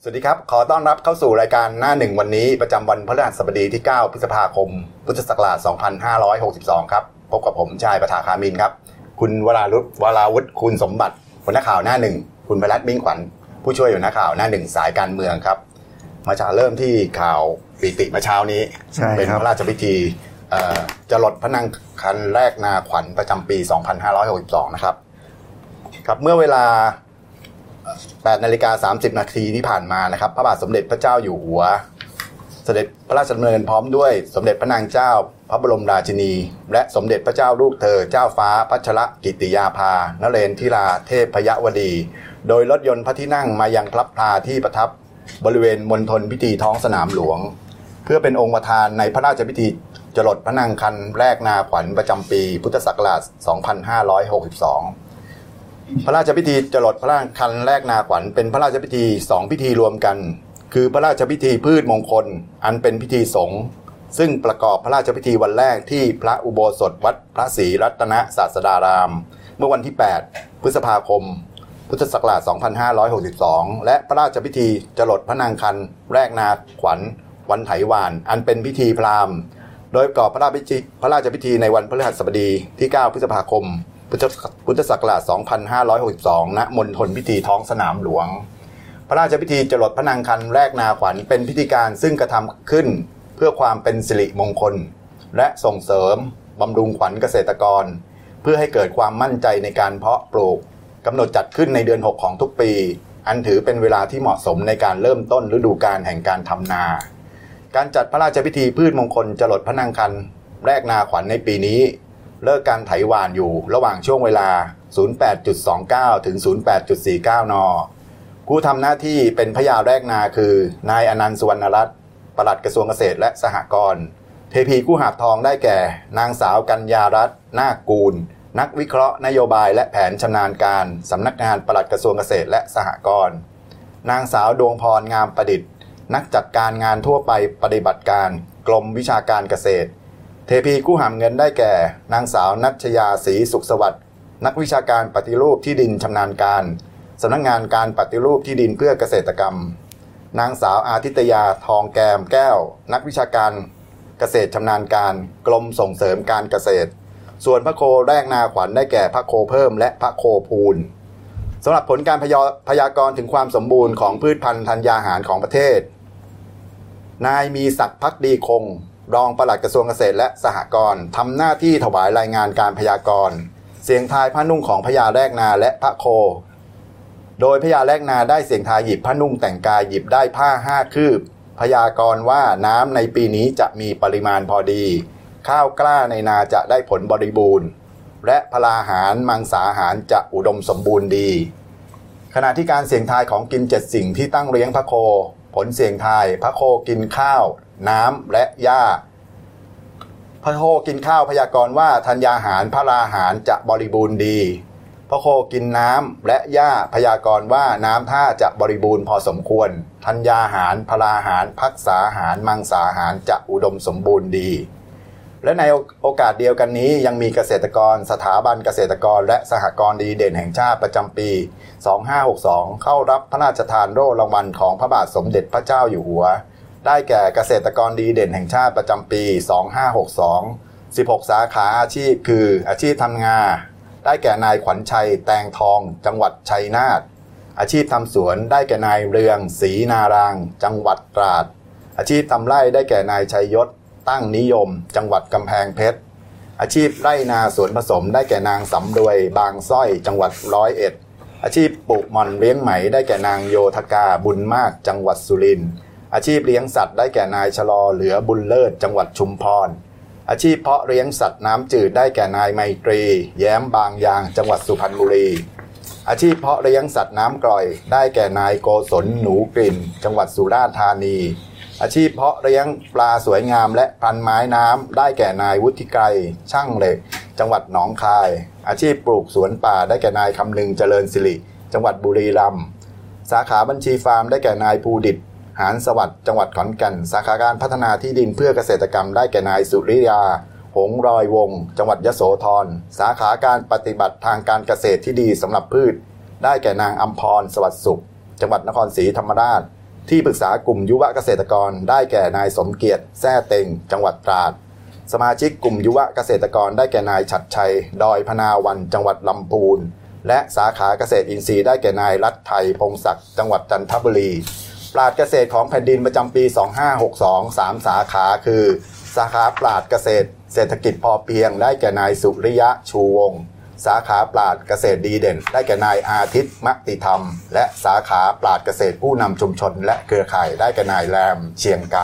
สวัสดีครับขอต้อนรับเข้าสู่รายการหน้าหนึ่งวันนี้ประจำวันพฤหัสบดีที่9พฤษภาคมพุทธศักราช2562ครับพบกับผมชายประภาคามินครับคุณวราวุฒิคุณสมบัติหัวหน้าข่าวหน้าหนึ่งคุณไพรัตน์มิ่งขวัญผู้ช่วยหัวหน้าข่าวหน้าหนึ่งสายการเมืองครับมาเริ่มที่ข่าวปิติเมื่อเช้านี้เป็นพระราชพิธีจรดพระนางคันแรกนาขวัญประจำปี2562นะครับครับเมื่อเวลา8:30 น.ที่ผ่านมานะครับพระบาทสมเด็จพระเจ้าอยู่หัวเสด็จพระราชดำเนินพร้อมด้วยสมเด็จพระนางเจ้าพระบรมราชินีและสมเด็จพระเจ้าลูกเธอเจ้าฟ้าพัชรกิติยาภานเรนทิราเทพยวดีโดยรถยนต์พระที่นั่งมายังพระพลาที่ประทับบริเวณมณฑลพิธีท้องสนามหลวงเพื่อเป็นองค์ประธานในพระราชพิธีจรดพระนางคันแรกนาขวัญประจำปีพุทธศักราช2562พระราชพิธีจรดพระนางคันแรกนาขวัญเป็นพระราชพิธี2พิธีรวมกันคือพระราชพิธีพืชมงคลอันเป็นพิธีสงฆ์ซึ่งประกอบพระราชพิธีวันแรกที่พระอุโบสถวัดพระศรีรัตนศาสดารามเมื่อวันที่8พฤษภาคมพุทธศักราช2562และพระราชพิธีจรดพระนางคันแรกนาขวัญวันไถวานอันเป็นพิธีพราหมณ์โดยประกอบพระราชพิธีในวันพฤหัสบดีที่9พฤษภาคมพุทธศักราช2562ณมณฑลพิธีท้องสนามหลวงพระราชพิธีจรดพระนางคันแรกนาขวัญเป็นพิธีการซึ่งกระทำขึ้นเพื่อความเป็นสิริมงคลและส่งเสริมบำรุงขวัญเกษตรกรเพื่อให้เกิดความมั่นใจในการเพาะปลูกกำหนดจัดขึ้นในเดือน6ของทุกปีอันถือเป็นเวลาที่เหมาะสมในการเริ่มต้นฤดูกาลแห่งการทำนาการจัดพระราชพิธีพืชมงคลจรดพระนางคันแรกนาขวัญในปีนี้เลิกการไถหว่านอยู่ระหว่างช่วงเวลา 08.29 ถึง 08.49 น.ผู้ทำหน้าที่เป็นพญาแรกนาคือนายอนันต์สุวรรณรัตน์ปลัดกระทรวงเกษตรและสหกรณ์เทพีกู้หาบทองได้แก่นางสาวกัญญารัตน์นาคกูลนักวิเคราะห์นโยบายและแผนชำนาญการสำนักงานปลัดกระทรวงเกษตรและสหกรณ์นางสาวดวงพรงามประดิษฐ์นักจัดการงานทั่วไปปฏิบัติการกรมวิชาการเกษตรเทพีกู้หามเงินได้แก่นางสาวนัชยาศรีสุขสวัสดิ์นักวิชาการปฏิรูปที่ดินชำนาญการสำนักงานการปฏิรูปที่ดินเพื่อเกษตรกรรมนางสาวอาทิตยาทองแก้วนักวิชาการเกษตรชำนาญการกรมส่งเสริมการเกษตรส่วนพระโคแรกนาขวัญได้แก่พระโคเพิ่มและพระโคพูนสำหรับผลการพยากรณ์ถึงความสมบูรณ์ของพืชพันธุ์ธัญญาหารของประเทศนายมีศักดิ์ภักดีคงรองปลัดกระทรวงเกษตรและสหกรณ์ทำหน้าที่ถวายรายงานการพยากรณ์เสียงทายผ้านุ่งของพญาแรกนาและพระโคโดยพญาแรกนาได้เสียงทายหยิบผ้านุ่งแต่งกายหยิบได้ผ้า5 คืบพยากรณ์ว่าน้ำในปีนี้จะมีปริมาณพอดีข้าวกล้าในนาจะได้ผลบริบูรณ์และพลาหารมังสาหารจะอุดมสมบูรณ์ดีขณะที่การเสียงทายของกิน7สิ่งที่ตั้งเลี้ยงพระโคผลเสียงทายพระโคกินข้าวน้ำและหญ้าพระโคกินข้าวพยากรณ์ว่าธัญญาหารพลาหารจะบริบูรณ์ดีพระโคกินน้ำและหญ้าพยากรณ์ว่าน้ำท่าจะบริบูรณ์พอสมควรธัญญาหารพลาหารภักษาหารมังสาหารจะอุดมสมบูรณ์ดีและในโอกาสเดียวกันนี้ยังมีเกษตรกรสถาบันเกษตรกรและสหกรณ์ดีเด่นแห่งชาติประจำปี2562เข้ารับพระราชทานโล่รางวัลของพระบาทสมเด็จพระเจ้าอยู่หัวได้แก่เกษตรกรดีเด่นแห่งชาติประจำปี2562 16 สาขาอาชีพคืออาชีพทำงาได้แก่นายขวัญชัยแตงทองจังหวัดชัยนาทอาชีพทำสวนได้แก่นายเรืองศรีนารางจังหวัดตราดอาชีพทำไร่ได้แก่นายชัยยศตั้งนิยมจังหวัดกำแพงเพชรอาชีพไร่นาสวนผสมได้แก่นางสำรวยบางสร้อยจังหวัด101อาชีพปลูกหม่อนเลี้ยงไหมได้แก่นางโยธกาบุญมากจังหวัดสุรินทร์อาชีพเลี้ยงสัตว์ได้แก่นายชลอเหลือบุญเลิศจังหวัดชุมพรอาชีพเพาะเลี้ยงสัตว์น้ำจืดได้แก่นายไมตรีแย้มบางยางจังหวัดสุพรรณบุรีอาชีพเพาะเลี้ยงสัตว์น้ำกร่อยได้แก่นายโกศลหนูกลิ่นจังหวัดสุราษฎร์ธานีอาชีพเพาะเลี้ยงปลาสวยงามและพันไม้น้ำได้แก่นายวุฒิไกรช่างเหล็กจังหวัดหนองคายอาชีพปลูกสวนป่าได้แก่นายคำนึงเจริญสิริจังหวัดบุรีรัมย์สาขาบัญชีฟาร์มได้แก่นายภูดิษฐ์หานสวัสดิ์จังหวัดขอนแก่นสาขาการพัฒนาที่ดินเพื่อเกษตรกรรมได้แก่นายสุริยาหงรอยวงจังหวัดยโสธรสาขาการปฏิบัติทางการเกษตรที่ดีสำหรับพืชได้แก่นางอัมพรสวัสดิ์สุขจังหวัดนครศรีธรรมราชที่ปรึกษากลุ่มยุวเกษตรกรได้แก่นายสมเกียรติแซ่เต็งจังหวัดตราดสมาชิกกลุ่มยุวเกษตรกรได้แก่นายฉัตรชัยดอยพนาวันจังหวัดลำพูนและสาขาเกษตรอินทรีย์ได้แก่นายรัฐไทยพงศักดิ์จังหวัดจันทบุรีปราชญ์เกษตรของแผ่นดินประจำปี 2562 3 สาขาคือสาขาปราชญ์เกษตรเศรษฐกิจพอเพียงได้แก่นายสุริยะชูวงศ์สาขาปราชญ์เกษตรดีเด่นได้แก่นายอาทิตย์มติธรรมและสาขาปราชญ์เกษตรผู้นำชุมชนและเครือข่ายได้แก่นายแรมเชียงกา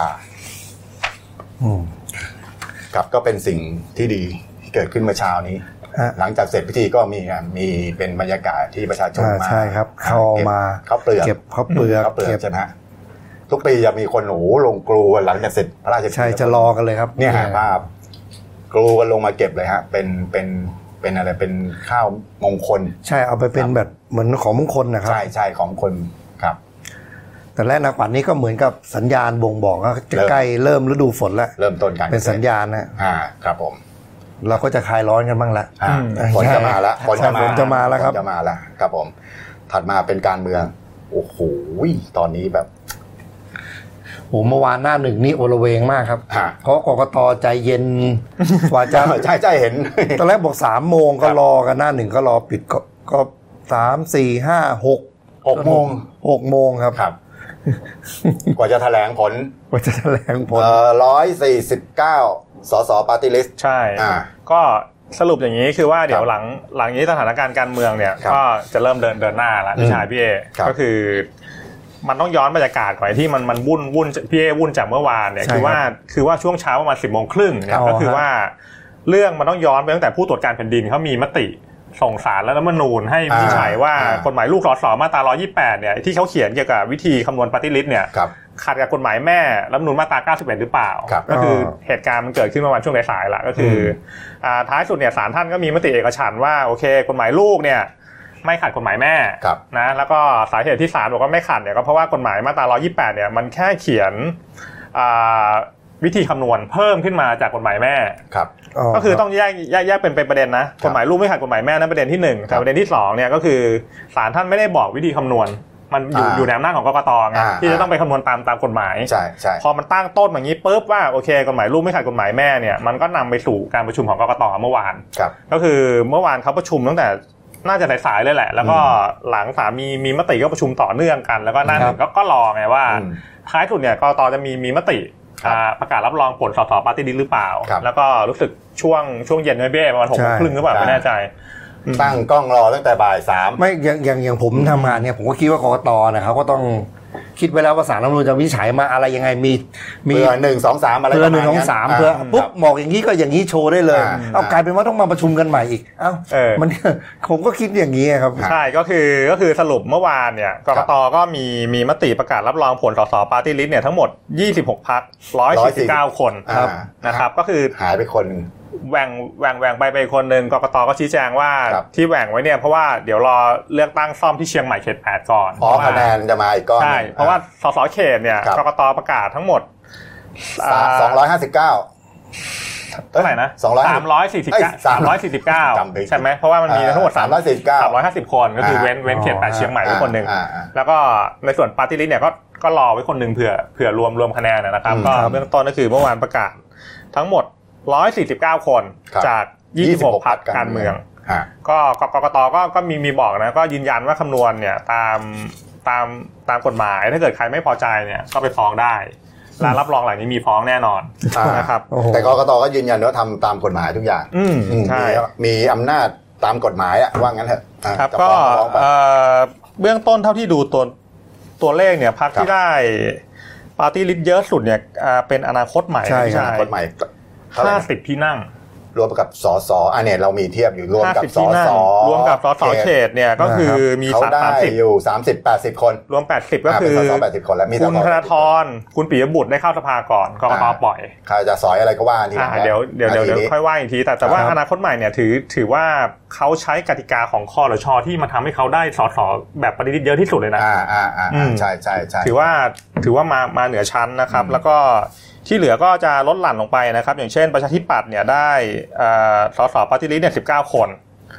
ครับก็เป็นสิ่งที่ดีที่เกิดขึ้นเมื่อเช้านี้หลังจากเสร็จพิธีก็มีเป็นบรรยากาศที่ประชาชนมาใช่ครับเข้ามาเขาเปลือกเก็บเขาเปลือกใช่ไหมทุกปีจะมีคนลงกรูหลังจากเสร็จพระราชพิธีใช่จะรอกันเลยครับเนี่ยภาพกรูกันลงมาเก็บเลยฮะเป็นอะไรเป็นข้าวมงคลใช่เอาไปเป็นแบบเหมือนของมงคลนะครับใช่ของคนครับแต่แรกนักปั่นนี้ก็เหมือนกับสัญญาณบ่งบอกว่าจะใกล้เริ่มฤดูฝนแล้วเริ่มต้นการเป็นสัญญาณนะครับผมเราก็จะคลายร้อนกันบ้างละฝนจะมาแล้วฝนจะมาแล้วครับจะมาแล้วครับผมถัดมาเป็นการเมืองโอ้โหตอนนี้แบบเมื่อวานหน้าหนึ่งนี่โอละเวงมากครับเพราะกกตใจเย็นกว่าจะใช่เห็นตอนแรกบอก 3 โมงก็รอกันหน้าหนึ่งก็รอปิดก็3 4 5 6 โมง 6 โมงครับกว่าจะแถลงผล149สสปาร์ตี้ลิสต์ใช่ก็สรุปอย่างนี้คือว่าเดี๋ยวหลังนี้สถานการณ์การเมืองเนี่ยก็จะเริ่มเดินหน้าแล้วพี่ชายพี่เอก็คือมันต้องย้อนบรรยากาศก่อนที่มันวุ่นพี่เอวุ่นจากเมื่อวานเนี่ยคือว่าช่วงเช้าประมาณ 10:30 นเนี่ยก็คือว่าเรื่องมันต้องย้อนไปตั้งแต่ผู้ตรวจการแผ่นดินเขามีมติส่งศาลและรัฐธรรมนูญให้วินิจฉัยว่ากฎหมายลูกสสมาตรา128เนี่ยที่เขาเขียนเกี่ยวกับวิธีคำนวณปาร์ตี้ลิสต์เนี่ยขัดกับกฎหมายแม่รัฐธรรมนูญมาตรา91หรือเปล่าก็คือเหตุการณ์มันเกิดขึ้นประมาณช่วงสายๆละก็คือท้ายสุดเนี่ยศาลท่านก็มีมติเอกฉันท์ว่าโอเคกฎหมายลูกเนี่ยไม่ขัดกฎหมายแม่นะแล้วก็สาเหตุที่ศาลบอกว่าไม่ขัดเนี่ยก็เพราะว่ากฎหมายมาตรา128เนี่ยมันแค่เขียนวิธีคำนวณเพิ่มขึ้นมาจากกฎหมายแม่ก็คือต้องแยกเป็นประเด็นนะกฎหมายลูกไม่ขัดกฎหมายแม่นั่นประเด็นที่1แต่ประเด็นที่2เนี่ยก็คือศาลท่านไม่ได้บอกวิธีคำนวณมันอยู่ในอำนาจของกกตไงที่จะต้องไปคำนวณตามกฎหมายพอมันตั้งต้นอย่างนี้ปุ๊บว่าโอเคกฎหมายลูกไม่ขัดกฎหมายแม่เนี่ยมันก็นำไปสู่การประชุมของกกตเมื่อวานก็คือเมื่อวานเขาประชุมตั้งแต่น่าจะสายๆเลยแหละแล้วก็หลังศาลมีมติก็ประชุมต่อเนื่องกันแล้วก็นั่นก็รอไงว่าท้ายสุดเนี่ยกกตจะมีมติประกาศรับรองผลสสปาร์ตี้ลิสต์หรือเปล่าแล้วก็รู้สึกช่วงเย็นไม่ประมาณ 6:30 นหรือเปล่าไม่แน่ใจตั้งกล้องรอตั้งแต่บ่าย 3 ไม่อย่างผมทำงานเนี่ยผมก็คิดว่ากกตเนี่ยเขาก็ต้องคิดไว้แล้วว่าศาลรัฐธรรมนูญจะวินิจฉัยมาอะไรยังไงมีเพื่อ1 2 3อะไรประมาณนั้น1 2 3เพื่อปุ๊บบอกอย่างนี้ก็อย่างนี้โชว์ได้เลยเอากลายเป็นว่าต้องมาประชุมกันใหม่อีกมันผมก็คิดอย่างนี้ครับใช่ก็คือสรุปเมื่อวานเนี่ยกกตก็มีมติประกาศรับรองผลสสปาร์ตี้ลิสต์เนี่ยทั้งหมด26พรรค149คนนะครับก็คือหายไปคนนึงแหว่งไปคนนึงกกตก็ชี้แจงว่าที่แหว่งไว้เนี่ยเพราะว่าเดี๋ยวรอเลือกตั้งซ่อมที่เชียงใหม่เขต8ก่อนคะแนนจะมาอีกก้อนใช่เพราะว่าสสเขตเนี่ยกกตประกาศทั้งหมด 259 เท่าไหร่นะ349ใช่ไหมเพราะว่ามันมีทั้งหมด350คนก็คือเว้นเขต8เชียงใหม่ไว้คนนึงแล้วก็ในส่วนปาร์ตี้ลิสต์เนี่ยก็รอไว้คนนึงเผื่อรวมคะแนนนะครับก็เบื้องต้นก็คือเมื่อวานประกาศทั้งหมด149คนจาก26พรรคการเมืองก็กกตก็มีบอกนะก็ยืนยันว่าคำนวณเนี่ยตามกฎหมายถ้าเกิดใครไม่พอใจเนี่ยก็ไปฟ้องได้และรับรองหลังนี้มีฟ้องแน่นอนนะครับแต่กกตก็ยืนยันว่าทำตามกฎหมายทุกอย่างใช่มีอำนาจตามกฎหมายว่างั้นเถอะครับก็เบื้องต้นเท่าที่ดูตัวเลขเนี่ยพรรคที่ได้ปาร์ตี้ลิสต์เยอะสุดเนี่ยเป็นอนาคตใหม่ใช่อนาคตใหม่ 50ที่นั่งรวมกับสสเนี่ยเรามีเทียบอยู่รวมกับสสรวมกับสสเขตเนี่ยก็คือมี 30อยู่30-80คนรวม80ก็คือสส80คนแล้วมีคุณธนาธรคุณปิยบุตรได้เข้าสภาก่อนกกตปล่อยใครจะสอยอะไรก็ว่าทีเดี๋ยวค่อยว่าอีกทีแต่ว่าอนาคตใหม่เนี่ยถือว่าเขาใช้กติกาของครช.ที่มาทำให้เขาได้สสแบบปฏิริษีเยอะที่สุดเลยนะใช่ๆๆถือว่ามาเหนือชั้นนะครับแล้วก็ที่เหลือก็จะลดหลั่นลงไปนะครับอย่างเช่นประชาธิปัตย์เนี่ยได้สสปาร์ตี้ลิสต์เนี่ย19คน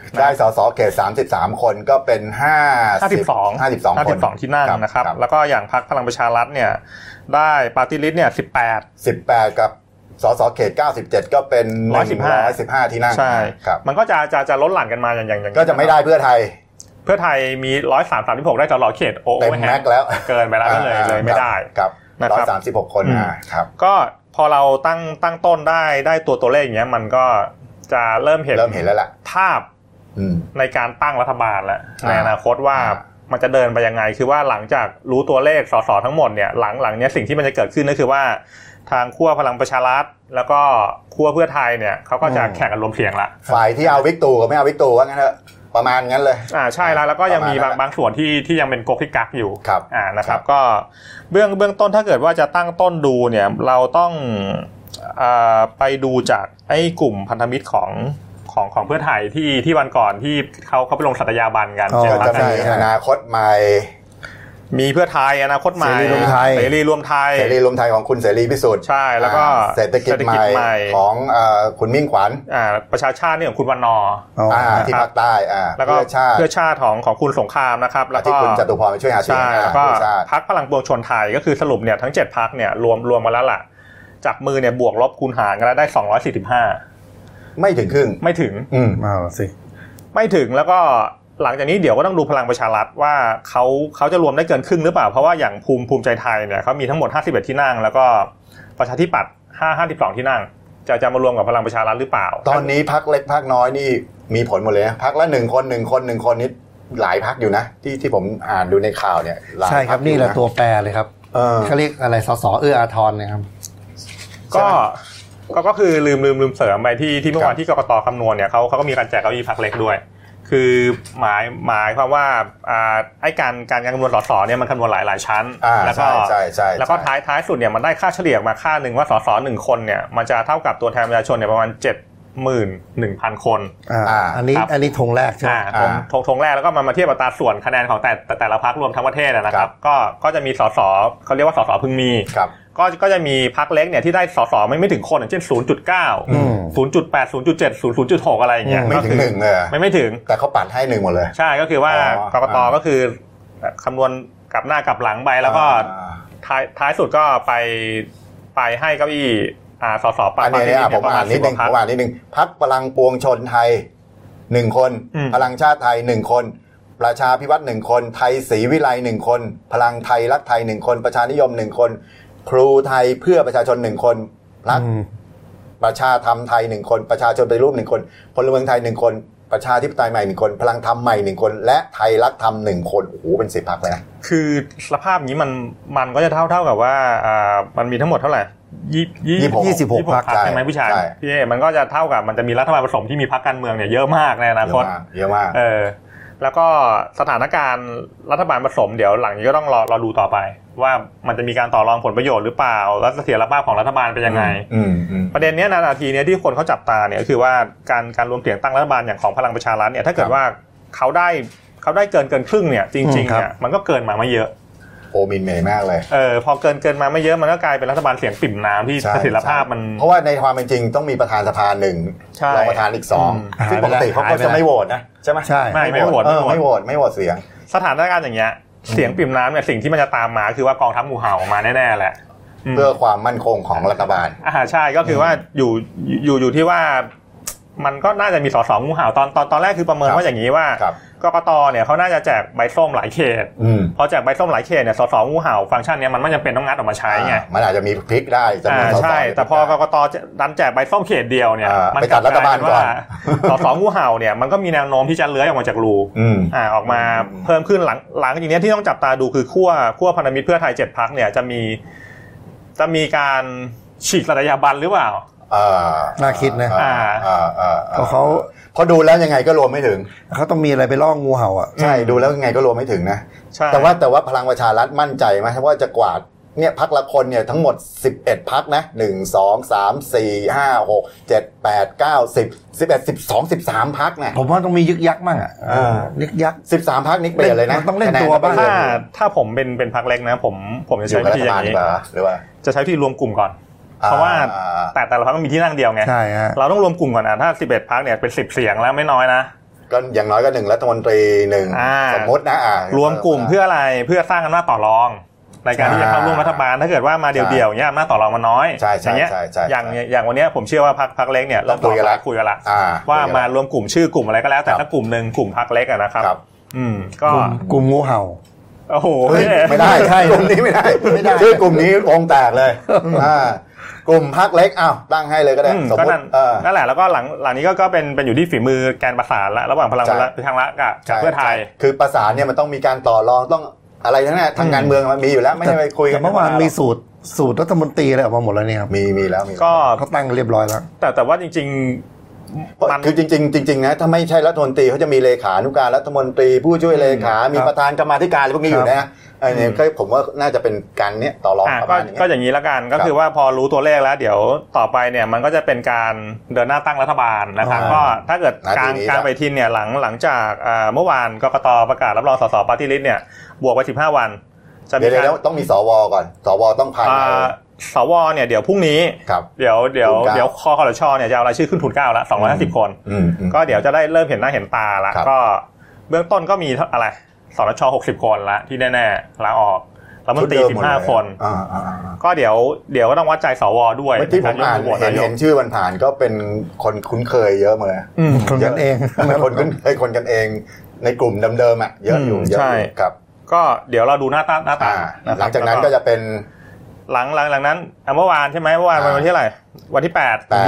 ได้สสเขต33คนก็เป็น52 ที่นั่งนะครับแล้วก็อย่างพรรคพลังประชารัฐเนี่ยได้ปาร์ตี้ลิสต์เนี่ย 18กับสสเขต97ก็เป็น115ที่นั่งใช่มันก็จะล้นหลั่นกันมาอย่างก็จะไม่ได้เพื่อไทยมี136ได้สสเขตเต็มแม็กแล้วเกินไปแล้วเลยไม่ได้ครับ136คนครับก็พอเราตั้งต้นได้ตัวเลขอย่างเงี้ยมันก็จะเริ่มเห็นแล้วล่ะภาพในการตั้งรัฐบาลแล้วในอนาคตว่ามันจะเดินไปยังไงคือว่าหลังจากรู้ตัวเลขสสทั้งหมดเนี่ยหลังเนี้ยสิ่งที่มันจะเกิดขึ้นก็คือว่าทางขั้วพลังประชารัฐแล้วก็ขั้วเพื่อไทยเนี่ยเขาก็จะแข่งกันรวมเสียงละฝ่ายที่เอาวิกตู่กับไม่เอาวิกตู่ว่างั้นเถอะประมาณงั้นเลยใช่แล้วก็ยังมีบางส่วนที่ยังเป็นก๊กที่กักอยู่นะครับก็เบื้องต้นถ้าเกิดว่าจะตั้งต้นดูเนี่ยเราต้องไปดูจากไอ้กลุ่มพันธมิตรของเพื่อไทยที่วันก่อนที่เขาไปลงสัตยาบันกันใช่ไหมจะมีอนาคตใหม่มีเพื่อไทยอนาคตใหม่เสรีรวมไทยของคุณเสรีพิสุทธิ์ใช่แล้วก็เศรษฐกิจใหม่ของคุณมิ่งขวัญประชาชาตินี่ของคุณวันนอที่ภาคใต้แล้วก็เพื่อชาติของคุณสงครามนะครับแล้วก็ที่คุณจตุพรไปช่วยหาเสียงแล้วก็พรรคพลังปวงชนไทยก็คือสรุปเนี่ยทั้ง7พรรคเนี่ยรวมมาแล้วล่ะจับมือเนี่ยบวกลบคูณหารกันแล้วได้245 ไม่ถึงครึ่งไม่ถึงสิไม่ถึงแล้วก็หลังจากนี้เดี๋ยวก็ต้องดูพลังประชารัฐว่าเขาจะรวมได้เกินครึ่งหรือเปล่าเพราะว่าอย่างภูมิใจไทยเนี่ยเขามีทั้งหมด51ที่นั่งแล้วก็ประชาธิปัตย์52ที่นั่งจะมารวมกับพลังประชารัฐหรือเปล่าตอนนี้พรรคเล็กพรรคน้อยนี่มีผลหมดเลยนะพรรคละ1คนนี่หลายพรรคอยู่นะที่ผมอ่านดูในข่าวเนี่ยใช่ครับนี่แหละตัวแปรเลยครับเขาเรียกอะไรสสอาทรนะครับก็คือลืมเสริมไปที่เมื่อวานที่กกต.คำนวณเนี่ยเขาก็มีการแจกเก้าอี้พรรคเล็กด้วยคือหมายความว่าไอ้การคำนวณสสเนี่ยมันคำนวณหลายชั้นแล้วก็ท้ายสุดเนี่ยมันได้ค่าเฉลี่ยมาค่านึงว่าสส1คนเนี่ยมันจะเท่ากับตัวแทนประชาชนเนี่ยประมาณ71,000 คนอันนี้ธงแรกใช่มั้ยธงแรกแล้วก็มาเทียบอัตราส่วนคะแนนของแต่ละพรรครวมทั้งประเทศนะครับก็จะมีสสเค้าเรียกว่าสสพึงมีก็จะมีพรรคเล็กเนี่ยที่ได้สสไม่ถึงคนอย่างเช่น 0.9 0.8 0.7 0.6 อะไรอย่างเงี้ยไม่ถึง1เลยไม่ถึงแต่เขาปัดให้1หมดเลยใช่ก็คือว่ากกตก็คือคำนวณกลับหน้ากลับหลังไปแล้วก็ท้ายสุดก็ไปให้เก้าอี้สสปาร์ตี้เนี่ยผมอ่านนิดนึงพรรคพลังปวงชนไทย1คนพลังชาติไทย1คนประชาภิวัฒน์1คนไทยศรีวิไล1คนพลังไทยรักไทย1คนประชานิยม1คนครูไทยเพื่อประชาชน1คนพรรคประชาธรรมไทย1คนประชาชนปฏิรูป1คนพลเมืองไทย1คนประชาธิปไตยใหม่1คนพลังธรรมใหม่1คนและไทยรักธรรม1คนโอ้โหเป็น10พรรคเลยนะคือสภาพนี้มันก็จะเท่ากับว่ามันมีทั้งหมดเท่าไหร่ 26พรรคใช่มั้ยผู้ชายพี่มันก็จะเท่ากับมันจะมีรัฐบาลผสมที่มีพรรคการเมืองเนี่ยเยอะมากในอนาคตเยอะมากแล้วก็สถานการณ์รัฐบาลผสมเดี๋ยวหลังนี้ก็ต้องรอดูต่อไปว่ามันจะมีการต่อรองผลประโยชน์หรือเปล่าและเสถียรภาพของรัฐบาลเป็นยังไงประเด็นนี้นาทีนี้ที่คนเขาจับตาเนี่ยก็คือว่าการรวมเสียงตั้งรัฐบาลอย่างของพลังประชารัฐเนี่ยถ้าเกิดว่าเขาได้เกินครึ่งเนี่ยจริงๆเนี่ยมันก็เกินมาไม่เยอะโอมินเมย์มากเลยพอเกินมาไม่เยอะมันก็กลายเป็นรัฐบาลเสียงปิ่มน้ำที่เสถียรภาพมันเพราะว่าในความเป็นจริงต้องมีประธานสภา1รองประธานอีก2ซึ่งปกติเขาก็จะไม่โหวตนะใช่มั้ยใช่ไม่โหวตไม่โหวตเสียงสถานการณ์อย่างเงี้ยเสียงปิ่มน้ำเนี่ยสิ่งที่มันจะตามมาคือว่ากองทัพงูเห่ามาแน่ๆแหละเพื่อความมั่นคงของรัฐบาลใช่ก็คือว่าอยู่ที่ว่ามันก็น่าจะมีสสงูเห่าตอนแรกคือประเมินว่าอย่างนี้ว่ากกตเนี่ยเขาน่าจะแจกใบส้มหลายเขตพอแจกใบส้มหลายเขตเนี่ยสสงูเห่าฟังก์ชันเนี้ยมันไม่จำเป็นต้องงัดออกมาใช้ไงมันอาจจะมีพลิกได้จำนวนสสใช่แต่พอกกตดันแจกใบส้มเขตเดียวเนี่ยมันกลายเป็นว่าสสงูเห่าเนี่ยมันก็มีแนวโน้มที่จะเลื้อยออกมาจากรูออกมาเพิ่มขึ้นหลังอย่างนี้ที่ต้องจับตาดูคือขั้วพันธมิตรเพื่อไทย7พรรคเนี่ยจะมีการฉีกสัตยาบันหรือเปล่าน่าคิดนะเขาพอดูแล้วยังไงก็รวมไม่ถึงเขาต้องมีอะไรไปล่องูเห่าใช่ดูแล้วยังไงก็รวมไม่ถึงนะแต่ว่าพลังประชารัฐมั่นใจไหมว่าจะกวาดเนี่ยพรรคละคนเนี่ยทั้งหมด11พรรคนะ1 2 3 4 5 6 7 8 9 10 11 12 13พรรคเนี่ยผมว่าต้องมียึกยักมั้งยึกยัก 13พรรคนี่เปลี่ยนเลยนะต้องเล่นตัวบ้างถ้าผมเป็นพรรคเล็กนะผมจะใช้วิธีอย่างนี้หรือว่าจะใช้วิธีรวมกลุ่มก่อนเพราะว่าแต่ละพรรคก็มีที่นั่งเดียวไงเราต้องรวมกลุ่มก่อนถ้า11พรรคเนี่ยเป็น10เสียงแล้วไม่น้อยนะก็อย่างน้อยก็1รัฐมนตรี1สมมตินะรวมกลุ่มเพื่ออะไรเพื่อสร้างอำนาจต่อรองในการที่จะเข้าร่วมรัฐบาลถ้าเกิดว่ามาเดี่ยวๆเนี่ยอำนาจต่อรองมันน้อยอย่างเงี้ยอย่างวันนี้ผมเชื่อว่าพรรคเล็กเนี่ยเราคุยกันละว่ามารวมกลุ่มชื่อกลุ่มอะไรก็แล้วแต่ถ้ากลุ่มนึงกลุ่มพรรคเล็กนะครับก็กลุ่มงูเห่าโอ้โหไม่ได้ใช่กลุ่มนี้ไม่ได้ชื่อกลุ่มนี้วงแตกเลยกลุ่มพรรคเล็กตั้งให้เลยก็ได้สมมตินั่นแหละแล้วก็หลังนี้ก็เป็นอยู่ที่ฝีมือการประสานละระหว่างพลังทางละกับเพื่อไทยคือประสานเนี่ยมันต้องมีการต่อรองต้องอะไรทั้งนั้นทางการเมืองมันมีอยู่แล้วไม่ได้ไปคุยกันเมื่อวานมีสูตรรัฐมนตรีอะไรออกมาหมดแล้วเนี่ยครับมีแล้วก็เขาตั้งเรียบร้อยแล้วแต่ว่าจริงคือจริงๆนะถ้าไม่ใช่รัฐมนตรีเขาจะมีเลขานุการรัฐมนตรีผู้ช่วยเลขามีประธานกรรมาธิการพวกนี้อยู่นะอันนี้ก็ผมว่าน่าจะเป็นการเนี้ยต่อรองประมาณนี้ก็อย่างนี้ละกันก็คือว่าพอรู้ตัวเลขแล้วเดี๋ยวต่อไปเนี่ยมันก็จะเป็นการเดินหน้าตั้งรัฐบาลนะครับก็ถ้าเกิดการไปทินเนี่ยหลังจากเมื่อวานกกต.ประกาศรับรองสสปาร์ตี้ลิสต์เนี่ยบวกไป15วันจะมีการต้องมีสวก่อนสวต้องผ่านสวเนี่ยเดี๋ยวพรุ่งนี้เดี๋ยวคสชเนี่ยจะเอารายชื่อขึ้นทุน9ละ250คนก็เดี๋ยวจะได้เริ่มเห็นหน้าเห็นตาละก็เบื้องต้นก็มีอะไรสนช60คนละที่แน่ๆลาออกรัฐมนตรี15คนก็เดี๋ยวก็ต้องวัดใจสวด้วยเมื่อกี้ผมอ่านเห็นชื่อมันผ่านก็เป็นคนคุ้นเคยเยอะเลยคนกันเองคนคนกันเองในกลุ่มเดิมๆเยอะอยู่เยอะครับก็เดี๋ยวเราดูหน้าตาหลังจากนั้นก็จะเป็นหลังนั้นเมื่อวานใช่ไหมเมื่อวานวันที่เท่าไหร่วันที่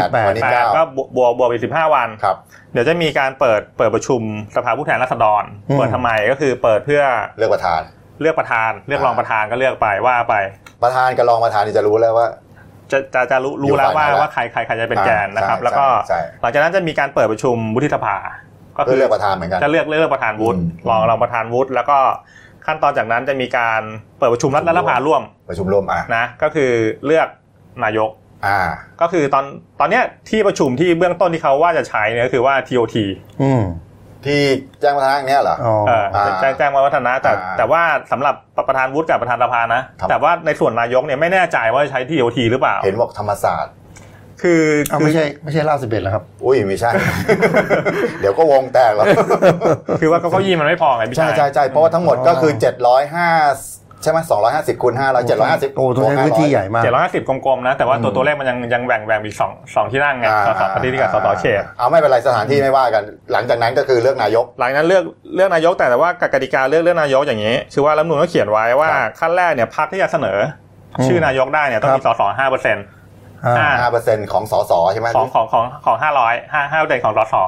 8ก็บวกไป15วันเดี๋ยวจะมีการเปิดประชุมสภาผู้แทนราษฎรเปิดทำไมก็คือเปิดเพื่อเลือกประธานเลือกรองประธานก็เลือกไปว่าไปประธานกับรองประธานนี่จะรู้แล้วว่าจะรู้แล้วว่าใครจะเป็นแกนนะครับแล้วก็หลังจากนั้นจะมีการเปิดประชุมวุฒิสภาก็คือเลือกประธานเหมือนกันจะเลือกประธานวุฒิรองประธานวุฒิแล้วก็ขั้นตอนจากนั้นจะมีการเปิดประชุมรัฐสภาร่วมนะก็คือเลือกนายกก็คือตอนเนี้ยที่ประชุมที่เบื้องต้นที่เขาว่าจะใช้เนี่ยก็คือว่า TOT ที่แจ้งวัฒนะเนี่ยเหรอแจ้งวัฒนะแต่ว่าสำหรับประธานวุฒิกับประธานสภานะแต่ว่าในส่วนนายกเนี่ยไม่แน่ใจว่าจะใช้ TOT หรือเปล่าเห็นบอกธรรมศาสตร์คือไม่ใช่ล่า11แล้วครับอุ้ยไม่ใช่ เดี๋ยวก็วงแตกแล้วคือว่าเก้าอี้มันไม่พอไงพี่ชายใช่เพราะว่าทั้งหมดก็คือ750ใช่ไหม250คูณ500 750 โอ้ตัวพื้นที่ใหญ่มาก 750กลมๆนะแต่ว่าตัวเลขมันยังแบ่งอีก2ที่นั่งไงสสปฏิทินกับสสเขตเอาไม่เป็นไรสถานที่ไม่ว่ากันหลังจากนั้นก็คือเลือกนายกหลังนั้นเลือกนายกแต่ว่ากติกาเลือกนายกอย่างนี้คือว่ารัฐธรรมนูญก็เขียนไว้ว่าขั้นแรกเนี่ยพรรคที่จะเสนอชื่อนายกได้เนี่ยต้องมีสส 5% 5% ของสสใช่ไหมของ5% ของสส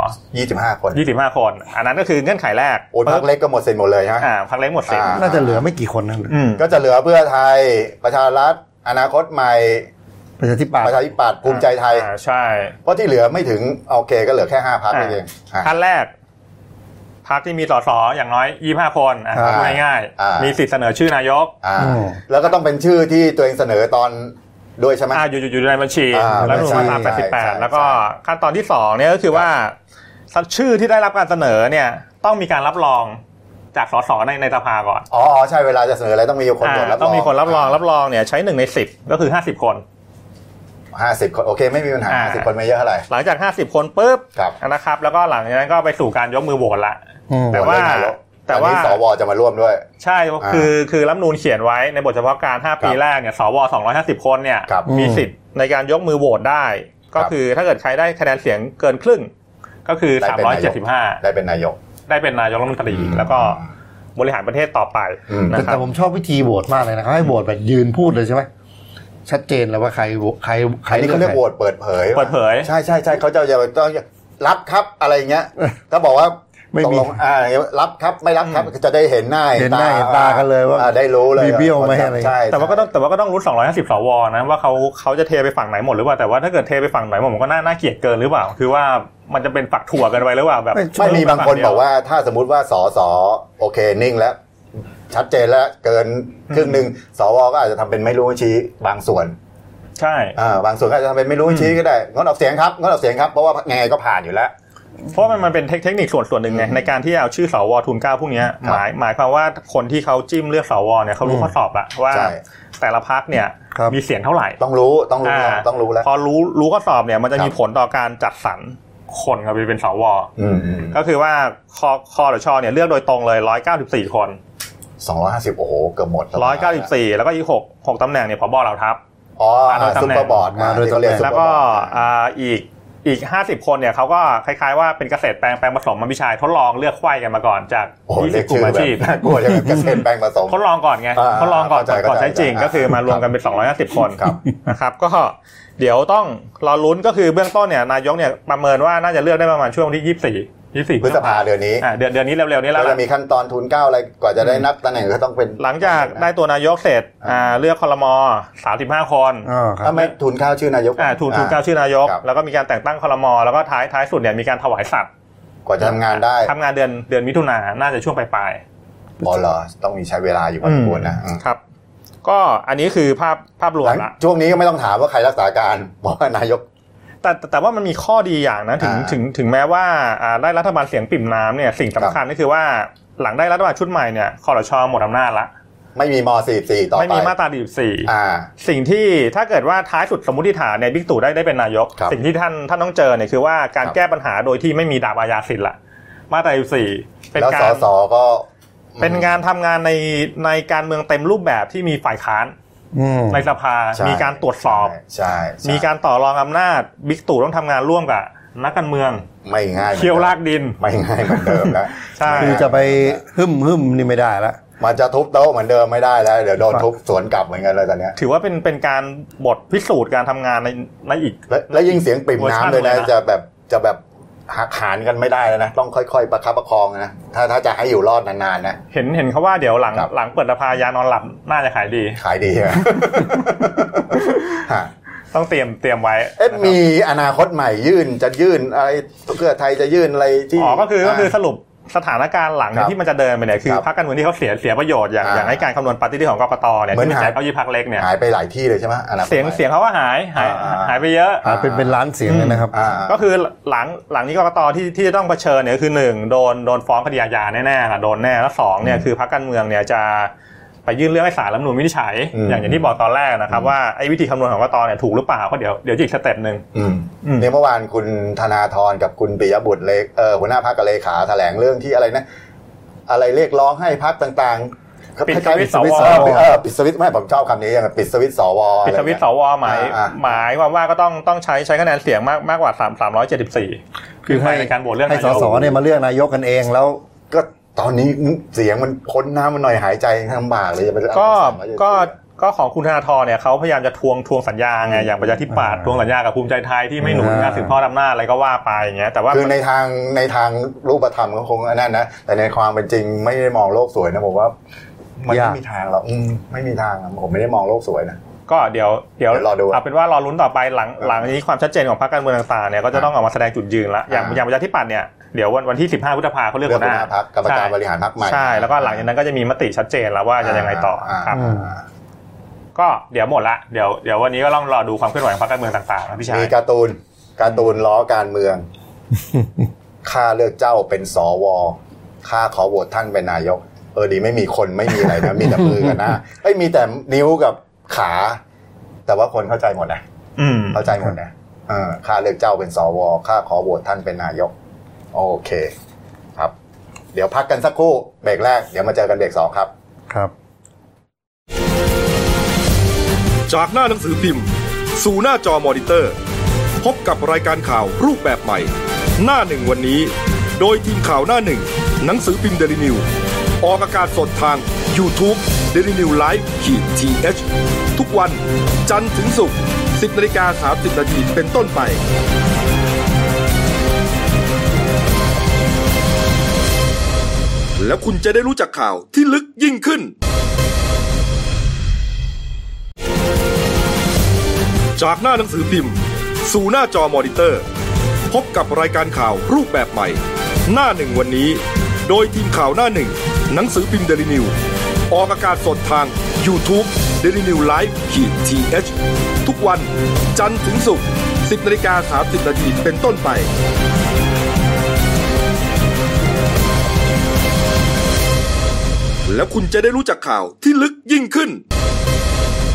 25 คนอันนั้นก็คือเงื่อนไขแรกโอ้พรรคเล็กก็หมดสิทธิ์หมดเลยใช่ไหมพรรคเล็กหมดสิทธิ์น่าจะเหลือไม่กี่คนนั่นก็จะเหลือเพื่อไทยประชารัฐอนาคตใหม่ประชาธิปัตย์ภูมิใจไทยใช่เพราะที่เหลือไม่ถึงโอเคก็เหลือแค่5พรรคเองขั้นแรกพรรคที่มีสสอย่างน้อย25คนพูดง่ายๆมีสิทธิ์เสนอชื่อนายกแล้วก็ต้องเป็นชื่อที่ตัวเองเสนอตอนด้วยใช่ไหมอยู่ในบัญชีแล้วหน่วยมาตรา88แล้วก็ขั้นตอนที่2เนี่ยก็คือว่าชื่อที่ได้รับการเสนอเนี่ยต้องมีการรับรองจากสสในสภาก่อนใช่เวลาจะเสนออะไรต้องมีคนรับรองต้องมีคนรับรองเนี่ยใช้1ใน10ก็คือ50คนโอเคไม่มีปัญหา50คนไม่เยอะเท่าไหร่หลังจาก50คนปุ๊บนะครับแล้วก็หลังจากนั้นก็ไปสู่การยกมือโหวตละแต่ว่าสวจะมาร่วมด้วยใช่คือรัฐธรรมนูญเขียนไว้ในบทเฉพาะการ5ปีแรกเนี่ยสว250คนเนี่ยมีสิทธิ์ในการยกมือโหวตได้ก็คือถ้าเกิดใครได้คะแนนเสียงเกินครึ่งก็คือ375 ได้เป็นนายกรัฐมนตรีแล้วก็บริหารประเทศต่อไปนะครับแต่ผมชอบวิธีโหวตมากเลยนะครับให้โหวตแบบยืนพูดเลยใช่ไหมชัดเจนเลยว่าใครนี่เขาเรียกโหวตเปิดเผยใช่เขาจะต้องรับครับอะไรเงี้ยถ้าบอกว่าไม่มีรับครับไม่รับครับจะได้เห็นหน้าเห็นตากันเลยว่าได้รู้เลยมีเบี้ยวไหมอะไรแต่ว่าก็ต้องรู้250สวนะว่าเขาจะเทไปฝั่งไหนหมดหรือเปล่าแต่ว่าถ้าเกิดเทไปฝั่งไหนหมดมันก็น่าเกลียดเกินหรือเปล่าคือว่ามันจะเป็นฝักถั่วกันไปหรือเปล่าแบบไม่มีบางคนบอกว่าถ้าสมมุติว่าสสโอเคนิ่งแล้วชัดเจนแล้วเกินครึ่งนึงสวก็อาจจะทำเป็นไม่รู้ชี้บางส่วนใช่บางส่วนก็อาจจะทำเป็นไม่รู้ชี้ก็ได้งดออกเสียงครับเพราะว่าไงก็ผ่านอยู่แล้วเพราะมันเป็นเทคนิคส่วนหนึ่งไงในการที่เอาชื่อสวทุน9พวกนี้หมายความว่าคนที่เขาจิ้มเลือกสวเนี่ยเขารู้ข้อสอบอะว่าแต่ละพรรคเนี่ยมีเสียงเท่าไหร่ต้องรู้แล้วพอรู้ข้อสอบเนี่ยมันจะมีผลต่อการจัดสรรคนครับเป็นสวก็คือว่าคสชเนี่ยเลือกโดยตรงเลย194คน 250โอ้โหเกือบหมด 194แล้วก็อีก6ตำแหน่งเนี่ยผบ.เหล่าทัพซุปเปอร์บอร์ดมาโดยตำแหน่งแล้วก็อีก50คนเนี่ยเขาก็คล้ายๆว่าเป็นเกษตรแปลงผสมพี่ชายทดลองเลือกไข้กันมาก่อนจาก20กลุ่มอาชีพกลัวจะเป็นเกษตรแปลงผสมทดลองก่อนไงทดลองก่อนใช้จริงก็คือมารวมกันเป็น250คนนะครับก็เดี๋ยวต้องรอลุ้นก็คือเบื้องต้นเนี่ยนายกเนี่ยประเมินว่าน่าจะเลือกได้ประมาณช่วงที่24พฤษภาคมเดือนนี้เดือนนี้เร็วๆนี้แล้วจะมีขั้นตอนทุน9อะไรกว่าจะได้นับตำแหน่งก็ต้องเป็นหลังจากได้ตัวนายกเสร็จเลือกครม35คนไม่ทุน9ชื่อนายกทุน9ชื่อนายกแล้วก็มีการแต่งตั้งครมแล้วก็ท้ายสุดเนี่ยมีการถวายสัตย์กว่าจะทำงานได้ทำงานเดือนมิถุนายนน่าจะช่วงปลายๆเหรอต้องมีใช้เวลาอยู่พอสมควรนะครับก็อันนี้คือภาพรวมละช่วงนี้ก็ไม่ต้องถามว่าใครรักษาการบอกว่านายกแต่ว่ามันมีข้อดีอย่างนะถึงแม้ว่าได้รัฐบาลเสียงปิ่มน้ำเนี่ยสิ่งสำคัญก็คือว่าหลังได้รัฐบาลชุดใหม่เนี่ยคสช.หมดอำนาจละไม่มีม.44ต่อไปไม่มีมาตรา44สิ่งที่ถ้าเกิดว่าท้ายสุดสมมุติฐานเนี่ยบิ๊กตู่ได้เป็นนายกสิ่งที่ท่านต้องเจอเนี่ยคือว่าการแก้ปัญหาโดยที่ไม่มีดาบอาญาสิทธิ์ละมาตรา44เป็นการสสก็เป็นงานทำงานในการเมืองเต็มรูปแบบที่มีฝ่ายค้านในสภามีการตรวจสอบมีการต่อรองอำนาจบิ๊กตู่ต้องทำงานร่วมกับนักการเมืองไม่ง่ายเคี่ยวลากดินไม่ง่ายเหมือนเดิมแล้วคือจะไปหึ่มนี่ไม่ได้แล้วมันจะทุบโต๊ะเหมือนเดิมไม่ได้แล้วเดี๋ยวโดนทุบสวนกลับเหมือนกันเลยตอนนี้ถือว่าเป็นการบทพิสูจน์การทำงานในอีกและยิ่งเสียงปิ่มน้ำเลยนะจะแบบหักหานกันไม่ได้แล้วนะต้องค่อยๆประคับประคองนะถ้าจะให้อยู่รอดนานๆนะเห็นเขาว่าเดี๋ยวหลังเปิดสภายานอนหลับน่าจะขายดีต้องเตรียมไว้มีอนาคตใหม่จะยื่นอะไรเพื่อไทยจะยื่นอะไรที่ก็คือสรุปสถานการณ์หลังที่มันจะเดินไปเนี่ยคือพรรคการเมืองที่เขาเสียประโยชน์อย่างให้การคำนวณปาร์ตี้ลิสต์ของกกตเนี่ยที่แจกเอาพรรคเล็กเนี่ยหายไปหลายที่เลยใช่ไหมเสียงเขาว่าหายไปเยอะเป็นล้านเสียงเลยนะครับก็คือหลังนี้กกตที่จะต้องเผชิญเนี่ยคือ1โดนฟ้องคดีอาญาแน่ๆโดนแน่แล้ว2เนี่ยคือพรรคการเมืองเนี่ยจะไปยื่นเรื่องให้ศาลรัฐธรรมนูญวินิจฉัยอย่างที่บอกตอนแรกนะครับว่าไอ้วิธีคำนวณของกกตเนี่ยถูกหรือเปล่าก็เดี๋ยวอีกสเต็ปนึงเนี่ยเมื่อวานคุณธนาธรกับคุณปิยบุตรหัวหน้าพรรคกับเลขาแถลงเรื่องที่อะไรนะอะไรเรียกร้องให้พรรคต่างๆปิดสวิตช์สวปิดสวิตช์ไม่ผมชอบคำนี้อย่างปิดสวิตช์สวปิดสวิตช์สวหมายความว่าก็ต้องใช้คะแนนเสียงมากกว่า374คือในการโหวตเรื่องให้สสเนี่ยมาเลือกนายกกันเองแล้วก็ตอนนี้เสียงมันพ้นน้ำมันหน่อยหายใจลำบากเลยจะไปก็ของคุณธนาธรเนี่ยเขาพยายามจะทวงสัญญาไงอย่างประชาธิปัตย์ทวงสัญญากับภูมิใจไทยที่ไม่หนุนการสืบทอดอำนาจอะไรก็ว่าไปอย่างเงี้ยแต่ว่าคือในทางรูปธรรมก็คงนั่นนะแต่ในความเป็นจริงไม่ได้มองโลกสวยนะผมว่ามันไม่มีทางหรอกไม่มีทางผมไม่ได้มองโลกสวยนะก็เดี๋ยวรอดูเอาเป็นว่ารอลุ้นต่อไปหลังนี้ความชัดเจนของพรรคการเมืองต่างๆเนี่ยก็จะต้องออกมาแสดงจุดยืนละอย่างประชาธิปัตย์เนี่ยเดี๋ยววันที่15พฤษภาคมเขาเลือกหัวหน้าพรรคกรรมการบริหารพรรคใหม่ใช่แล้วก็หลังจากนั้นก็จะมีมติชัดเจนแล้วว่าจะยังไงต่อครับก็เดี๋ยวหมดละเดี๋ยววันนี้ก็ต้องรอดูความเคลื่อนไหวของพรรคการเมืองต่างๆนะพี่ชายมีการ์ตูนล้อการเมืองข้าเลือกเจ้าเป็นสวข้าขอโหวตท่านเป็นนายกดีไม่มีคนไม่มีอะไรนะมีแต่มือกันนะมีแต่นิ้วกับขาแต่ว่าคนเข้าใจหมดนะเข้าใจหมดนะข้าเลือกเจ้าเป็นสวข้าขอโหวตท่านเป็นนายกโอเคครับเดี๋ยวพักกันสักครู่เบรกแรกเดี๋ยวมาเจอกันเบรก2ครับครับจากหน้าหนังสือพิมพ์สู่หน้าจอมอนิเตอร์พบกับรายการข่าวรูปแบบใหม่หน้าหนึ่งวันนี้โดยทีมข่าวหน้าหนึ่งหนังสือพิมพ์ Daily News ออกอากาศสดทาง YouTube Daily News Live-TH ทุกวันจันทร์ถึงศุกร์ 10:30 น.เป็นต้นไปแล้วคุณจะได้รู้จักข่าวที่ลึกยิ่งขึ้นจากหน้าหนังสือพิมพ์สู่หน้าจอมอนิเตอร์พบกับรายการข่าวรูปแบบใหม่หน้าหนึ่งวันนี้โดยทีมข่าวหน้าหนึ่งหนังสือพิมพ์ Daily News ออกอากาศสดทาง YouTube Daily News Live-TH ทุกวันจันทร์ถึงศุกร์ 10:30 น.เป็นต้นไปแล้วคุณจะได้รู้จักข่าวที่ลึกยิ่งขึ้น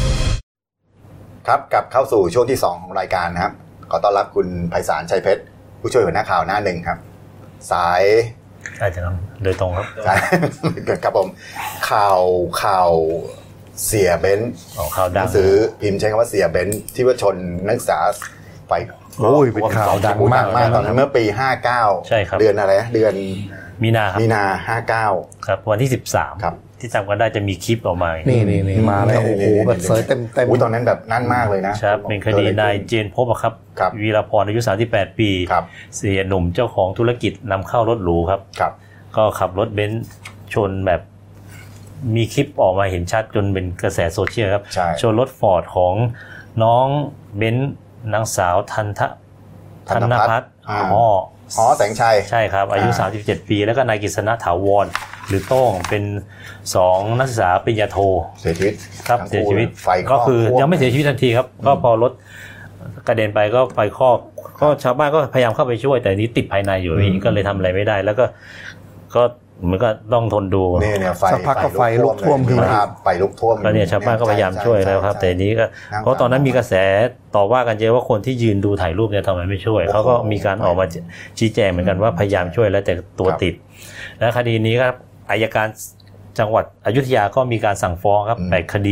ครับกลับเข้าสู่ช่วงที่2ของรายการนะครับขอต้อนรับคุณไพศาลชัยเพชรผู้ช่วยหัวหน้าข่าวหน้าหนึ่งครับสายใช่ครับโดยตรงครับใช่ครับผมข่าวเสียเบนซ์ข่าวดังซื้อพิมพ์ใช้คำว่าเสียเบนซ์ที่ว่าชนนักศึกษาไปโอ้ยเป็นข่าวดังมากตอนนั้นเมื่อปี59 ใช่ครับเดือนอะไรนะเดือนมีนา 59 ครับวันที่13 ครับที่จำกันได้จะมีคลิปออกมานี่มาแล้วโอ้โหแบบเสยเต็มตอนนั้นแบบนั่นมากเลยนะครับเป็นคดีนายเจนพบครับวีรพรอายุ38ปีเสียหนุ่มเจ้าของธุรกิจนำเข้ารถหรูครับก็ขับรถเบนซ์ชนแบบมีคลิปออกมาเห็นชัดจนเป็นกระแสโซเชียลครับชนรถฟอร์ดของน้องเบนซ์นางสาวธนภัทรแสงชัยใช่ครับอายุ37ปีแล้วก็นายกฤษณะถาวรหรือโต้งเป็น2นักศึกษาปริญญาโทเสียชีวิตครับเสียชีวิตก็คือยังไม่เสียชีวิตทันทีครับก็พอรถกระเด็นไปก็ไฟคอกก็ชาวบ้านก็พยายามเข้าไปช่วยแต่นี้ติดภายในอยู่ก็เลยทำอะไรไม่ได้แล้วก็มันก็ต้องทนดูเนี่ยไฟสักพักก็ไฟลุกท่วมขึ้นมาไฟลุกท่วมก็เนี่ยชาวบ้านก็พยายามช่วยแล้วครับแต่นี้ก็เพราะตอนนั้นมีกระแสต่อว่ากันเยอะว่าคนที่ยืนดูถ่ายรูปเนี่ยทำไมไม่ช่วยเขาก็มีการออกมาชี้แจงเหมือนกันว่าพยายามช่วยแล้วแต่ตัวติดและคดีนี้ครับอัยการจังหวัดอยุธยาก็มีการสั่งฟ้องครับ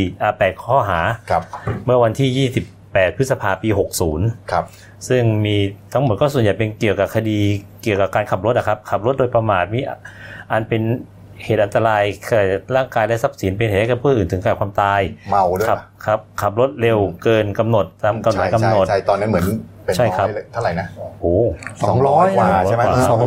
8ข้อหาเมื่อวันที่28พฤษภาคมปี60 ครับซึ่งมีทั้งหมดก็ส่วนใหญ่เป็นเกี่ยวกับคดีเกี่ยวกับการขับรถครับขับรถโดยประมาทมีอันเป็นเหตุอันตรายแก่ร่างกายและทรัพย์สินเป็นเหตุให้กับผู้อื่นถึงแก่ความตายเมาด้วยครับขับรถเร็วเกินกำหนดตามกฎหมายกำหนดใช่ตอนนั้นเหมือนเป็นเท่าไหร่นะโอ้ 200 กว่าใช่ไหม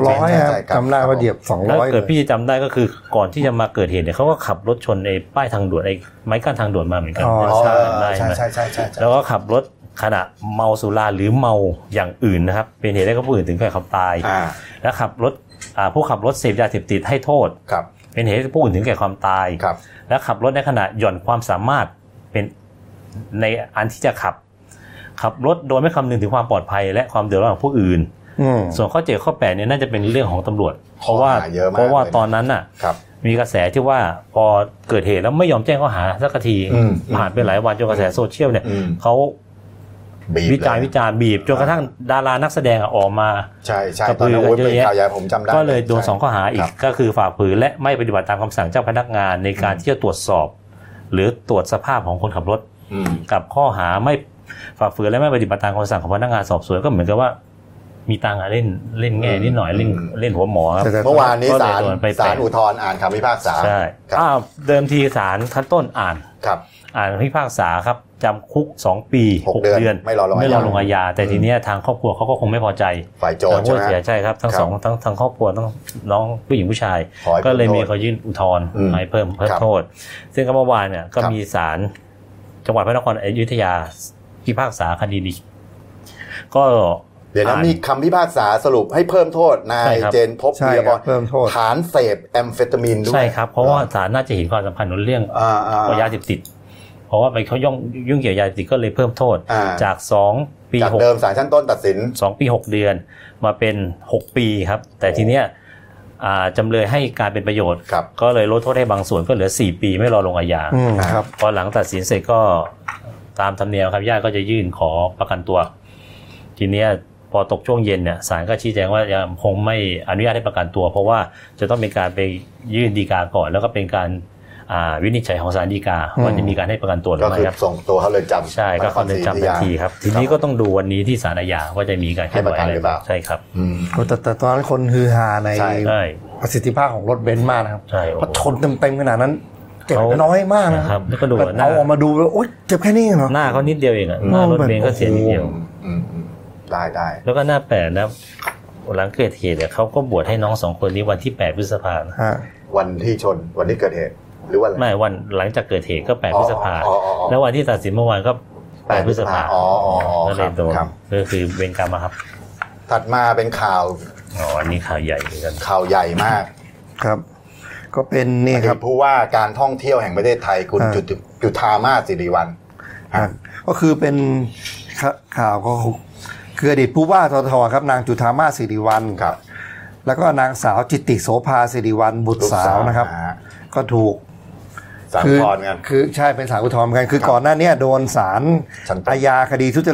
200จำได้ว่าเหยียบ200 เกิดพี่จำได้ก็คือก่อนที่จะมาเกิดเหตุเนี่ยเขาก็ขับรถชนไอ้ป้ายทางด่วนไอ้ไม้กั้นทางด่วนมาเหมือนกันใช่แล้วก็ขับรถขณะเมาสุราหรือเมาอย่างอื่นนะครับเป็นเหตุให้กับผู้อื่นถึงแก่ความตายและขับรถผู้ขับรถเสพยาเสพติดให้โทษเป็นเหตุให้ผู้อื่นถึงแก่ความตายและขับรถในขณะหย่อนความสามารถเป็นในอันที่จะขับรถโดยไม่คำนึงถึงความปลอดภัยและความเดือดร้อนของผู้อื่นส่วนข้อ7ข้อ8เนี่ยน่าจะเป็นเรื่องของตำรวจเพราะว่าตอนนั้นน่ะมีกระแสที่ว่าพอเกิดเหตุแล้วไม่ยอมแจ้งข้อหาสักทีผ่านไปหลายวันจนกระแสโซเชียลเนี่ยเขาวิจารณ์บีบจนกระทั่งดารานักแสดงออกมาใช่ตอนนั้นเป็นข่าวใหญ่ผมจำได้ก็เลยโดน2ข้อหาอีกก็คือฝ่าฝืนและไม่ปฏิบัติตามคำสั่งเจ้าพนักงานในการที่จะตรวจสอบหรือตรวจสภาพของคนขับรถกับข้อหาไม่ฝ่าฝืนและไม่ปฏิบัติตามคำสั่งของพนักงานสอบสวนก็เหมือนกับว่ามีตังค์เล่นแง่นิดหน่อยเล่นหัวหมอครับเมื่อวานนี้ศาลอุทธรณ์อ่านคำพิพากษาใช่เดิมทีศาลขั้นต้นอ่านพิพากษาครับจำคุก2ปี6เดือนไม่รอลงอาญาแต่ทีนี้ทางครอบครัวเขาก็คงไม่พอใจฝ่ายโจทย์ใช่ครับทั้งสองทั้งครอบครัวทั้งน้องผู้หญิงผู้ชายก็เลยมีเขายื่นอุทธรณ์ให้เพิ่มโทษซึ่งเมื่อวานเนี่ยก็มีศาลจังหวัดพระนครอยุธยาพิพากษาคดีนี้ก็เดี๋ยวนะมีคำพิพากษาสรุปให้เพิ่มโทษนายเจนพบวีรพรฐานเสพแอมเฟตามีนด้วยใช่ครับเพราะว่าศาลน่าจะเห็นความสำคัญของเรื่องยาเสพติดเพราะว่าไปเขายุ่งเกี่ยวยาเสพติดก็เลยเพิ่มโทษจาก2ปีจากเดิมศาลชั้นต้นตัดสิน 2ปี6เดือนมาเป็น6ปีครับแต่ทีเนี้ยจำเลยให้การเป็นประโยชน์ก็เลยลดโทษให้บางส่วนก็เหลือ4ปีไม่รอลงอาญาพอหลังตัดสินเสร็จก็ตามธรรมเนียมครับญาติก็จะยื่นขอประกันตัวทีเนี้ยพอตกช่วงเย็นเนี่ยศาลก็ชี้แจงว่ายังคงไม่อนุญาตให้ประกันตัวเพราะว่าจะต้องมีการไปยื่นฎีกาก่อนแล้วก็เป็นการวินิจฉัยของศาลฎีกาว่าจะมีการให้ประกันตัวหรือไม่ครับส่งตัวเขาเรือนจำใช่ก็เข้าเรือนจำทันทีครับทีนี้ก็ต้องดูวันนี้ที่ศาลอาญาว่าจะมีการให้ประกันหรือเปล่าใช่ครับแต่ตอนนั้นคนฮือฮาในประสิทธิภาพของรถเบนซ์มากนะครับเพราะชนเต็มขนาดนั้นเจ็บน้อยมากนะครับแล้วก็ดูเอาออกมาดูแล้วโอ๊ยเจ็บแค่นี้เหรอหน้าเขานิดเดียวเองหน้ารถเบนซ์ก็เสียนิดเดียวได้แล้วก็หน้าแปลกนะหลังเกิดเหตุเนี่ยเขาก็บวชให้น้อง2คนนี้วันที่8พฤษภาคมวันที่ชนวันที่เกิดเหตุหรือว่าไม่วันหลังจากเกิดเหตุก็8พฤษภาคมแล้ววันที่ตัดสินเมื่อวานก็8พฤษภาคมก็เลยโดนก็คือเวรกรรมครับถัดมาเป็นข่าวอันนี้ข่าวใหญ่เหมือนกันข่าวใหญ่มากครับก็เป็นนี่ครับผู้ว่าการท่องเที่ยวแห่งประเทศไทยคุณจุฑามาสสิริวัลย์ก็คือเป็นข่าวก็คืออดีตผู้ว่าททครับนางจุฑามาสสิริวัลย์ครับแล้วก็นางสาวจิตติโสภาสิริวัลย์บุตรสาวนะครับก็ถูกศาลอุทธรณ์กันคือใช่เป็นศาลอุทธรณ์กันคือก่อนหน้านี้โดนศาลอาญาคดีทุจริต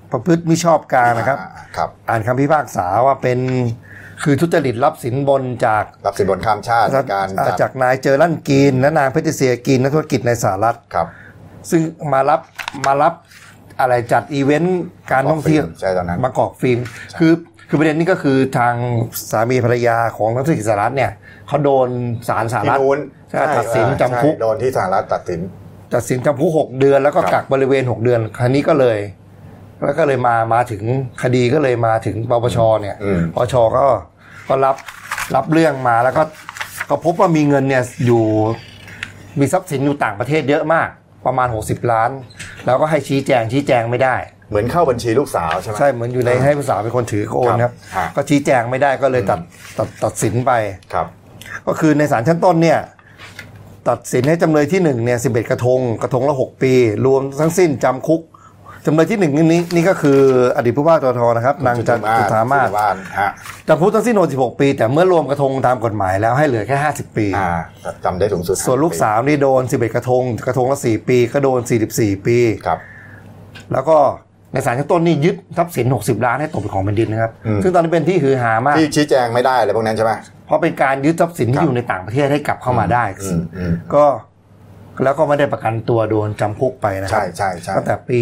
ประพฤติมิชอบกลางนะครับอ่านคำพิพากษาว่าเป็นคือทุจริตรับสินบนจากรับสินบนข้ามชาติจากนายเจอรันกีนและนางเพติเซียกีนนักธุรกิจในสหรัฐซึ่งมารับอะไรจัดอีเวนต์การท่องเที่ยวบางกอกฟิล์มคือประเด็นนี้ก็คือทางสามีภรรยาของนักธุรกิจสหรัฐเนี่ยเขาโดนศาลสหรัฐตัดสินจำคุกโดนที่สหรัฐตัดสินจำคุก6 เดือนแล้วก็กักบริเวณ6 เดือนคราวนี้ก็เลยมาถึงคดีก็เลยมาถึงปปชเนี่ยปปชก็รับเรื่องมาแล้วก็พบว่ามีเงินเนี่ยอยู่มีทรัพย์สินอยู่ต่างประเทศเยอะมากประมาณ60 ล้านแล้วก็ให้ชี้แจงไม่ได้เหมือนเข้าบัญชีลูกสาวใช่ไหมใช่เหมือนอยู่ในให้ลูกสาวเป็นคนถือโอนครับก็ชี้แจงไม่ได้ก็เลยตัดสินไปก็คือในศาลชั้นต้นเนี่ยตัดสินให้จำเลยที่1เนี่ย11 กระทงละ6 ปีรวมทั้งสิ้นจำคุกจำเลยที่1นี่ก็คืออดีตผู้ว่าตทนะครับนางจุฑามาศจำคุกทั้งสิ้น16 ปีแต่เมื่อรวมกระทงตามกฎหมายแล้วให้เหลือแค่50 ปีจำได้สูงสุดส่วนลูกสาวนี่โดน11 กระทงละ4 ปีก็โดน44 ปีแล้วก็ในศาลชั้นต้นนี่ยึดทรัพย์สิน60 ล้านให้ตกเป็นของแผ่นดินนะครับซึ่งตอนนี้เป็นที่ฮือฮามากที่ชี้แจงไม่ได้อะไรพวกนั้นใช่ไหมเพราะเป็นการยึดทรัพย์สินที่อยู่ในต่างประเทศให้กลับเข้ามาได้ก็แล้วก็ไม่ได้ประกันตัวโดนจำคุกไปนะครับใช่ตั้งแต่ปี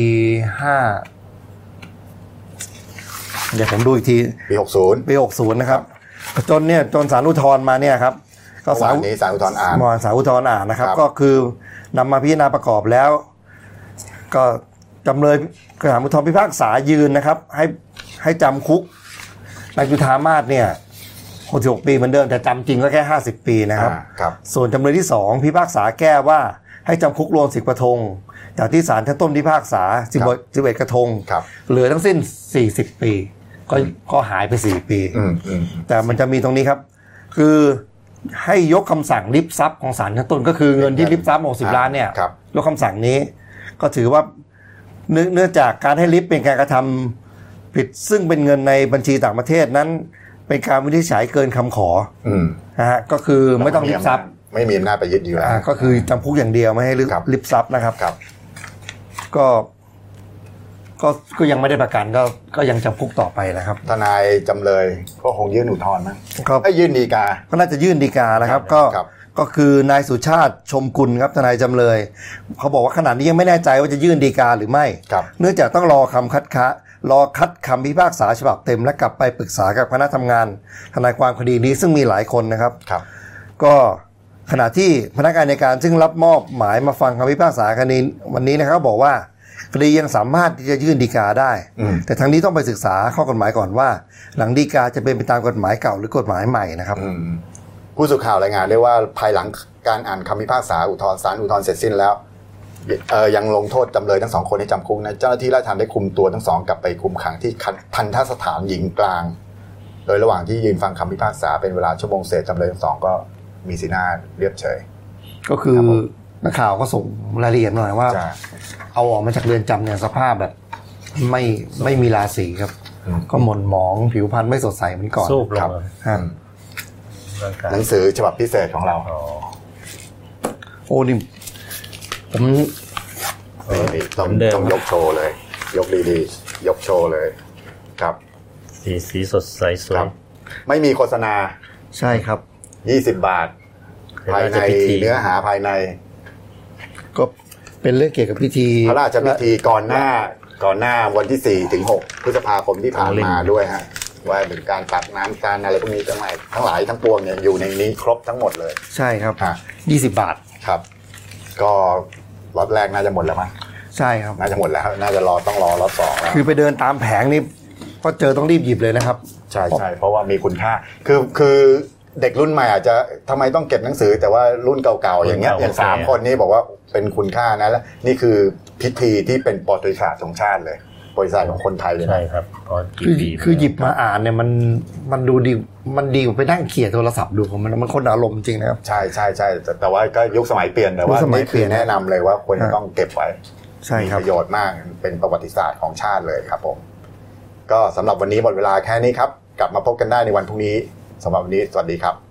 เดี๋ยวผมดูอีกทีปี60นะครับจนศาลอุทธรณ์มาเนี่ยครับก็ศาลอุทธรณ์อ่านศาลอุทธรณ์อ่านนะครับก็คือนำมาพิจารณาประกอบแล้วก็จำเลยศาลอุทธรณ์พิพากษายืนนะครับให้จำคุกนายจุฑามาศเนี่ย66 ปีเหมือนเดิมแต่จำจริงก็แค่50 ปีนะครับส่วนจำเลยที่2พิพากษาแก้ว่าให้จำคุกรวม10 กระทงจากที่ศาลชั้นต้นพิพากษา11 กระทงเหลือทั้งสิ้น40 ปีก็หายไป4 ปีแต่มันจะมีตรงนี้ครับคือให้ยกคำสั่งริบทรัพย์ของศาลชั้นต้นก็คือเงินที่ริบทรัพย์60 ล้านเนี่ยยกคำสั่งนี้ก็ถือว่าเนื่องจากการให้ริบเป็นการกระทำผิดซึ่งเป็นเงินในบัญชีต่างประเทศนั้นเป็นการวินิจฉัยเกินคำขอนะฮะก็คือไม่ต้องริบทรัพย์ไม่มีอำนาจไปยึดอยู่แล้วก็คือจำคุกอย่างเดียวไม่ให้ริบทรัพย์นะครับก็ยังไม่ได้ประกันก็ยังจำคุกต่อไปนะครับทนายจำเลยก็คงยื่นอุทธรณ์มั้งให้ยื่นฎีกาก็น่าจะยื่นฎีกานะครับก็คือนายสุชาติชมกุลครับทนายจำเลยเขาบอกว่าขณะนี้ยังไม่แน่ใจว่าจะยื่นฎีกาหรือไม่เนื่องจากต้องรอคัดคำพิพากษาฉบับเต็มและกลับไปปรึกษากับคณะทำงานทนายความคดีนี้ซึ่งมีหลายคนนะครับก็ขณะที่พนักงานอัยการซึ่งรับมอบหมายมาฟังคำพิพากษาคดีวันนี้นะครับบอกว่าคดียังสามารถที่จะยื่นฎีกาได้แต่ทั้งนี้ต้องไปศึกษาข้อกฎหมายก่อนว่าหลังฎีกาจะเป็นไปตามกฎหมายเก่าหรือกฎหมายใหม่นะครับผู้สื่อข่าวรายงานได้ว่าภายหลังการอ่านคำพิพากษาอุทธรณ์ศาลอุทธรณ์เสร็จสิ้นแล้วยังลงโทษจำเลยทั้ง2 คนให้จำคุกนะเจ้าหน้าที่ราชทัณฑ์ได้คุมตัวทั้ง2กลับไปคุมขังที่ทัณฑสถานหญิงกลางโดยระหว่างที่ยืนฟังคำพิพากษาเป็นเวลาชั่วโมงเศษจำเลยทั้ง2ก็มีสีหน้าเรียบเฉยก็คือนักข่าวก็ส่งรายละเอียดหน่อยว่าเอาออกมาจากเรือนจำเนี่ยสภาพแบบไม่มีราศีครับก็หม่นหมองผิวพรรณไม่สดใสเหมือนก่อนครับหนังสือฉบับพิเศษของเราโอ้นี่ผมต้องยกโชว์เลยยกดีๆยกโชว์เลยครับสีสดใสสวยไม่มีโฆษณาใช่ครับ 20 บาทภายในเนื้อหาภายในก็เป็นเรื่องเกี่ยวกับพิธีพระราชพิธีก่อนหน้าวันที่4 ถึง 6 พฤษภาคมที่ผ่านมาด้วยฮะว่าเป็นการตักน้ำการอะไรพวกนี้ทั้งหลายทั้งปวงเนี่ยอยู่ในนี้ครบทั้งหมดเลยใช่ครับ20 บาทครับก็ล็อตแรกน่าจะหมดแล้วมั้งใช่ครับน่าจะหมดแล้วน่าจะต้องรอล็อต2แล้วคือไปเดินตามแผงนี่ก็เจอต้องรีบหยิบเลยนะครับใช่เพราะว่ามีคุณค่าคือเด็กรุ่นใหม่อาจจะทำไมต้องเก็บหนังสือแต่ว่ารุ่นเก่าๆอย่างเงี้ยอย่าง3 คนนี้บอกว่าเป็นคุณค่านะแล้วนี่คือพิธีที่เป็นประวัติศาสตร์ของชาติเลยประวัติศาสตร์ของคนไทยเลยใช่ครับคือหยิบมาอ่านเนี่ยมันดูดีมันดีกว่าไปนั่งเขี่ยโทรศัพท์ดูของมันคนอารมณ์จริงนะครับใช่แต่ว่าก็ยุคสมัยเปลี่ยนแต่ว่านี่คือแนะนำเลยว่าควรจะต้องเก็บไว้ใช่ครับประโยชน์มากเป็นประวัติศาสตร์ของชาติเลยครับผมก็สำหรับวันนี้หมดเวลาแค่นี้ครับกลับมาพบกันได้ในวันพรุ่งนี้สำหรับวันนี้สวัสดีครับ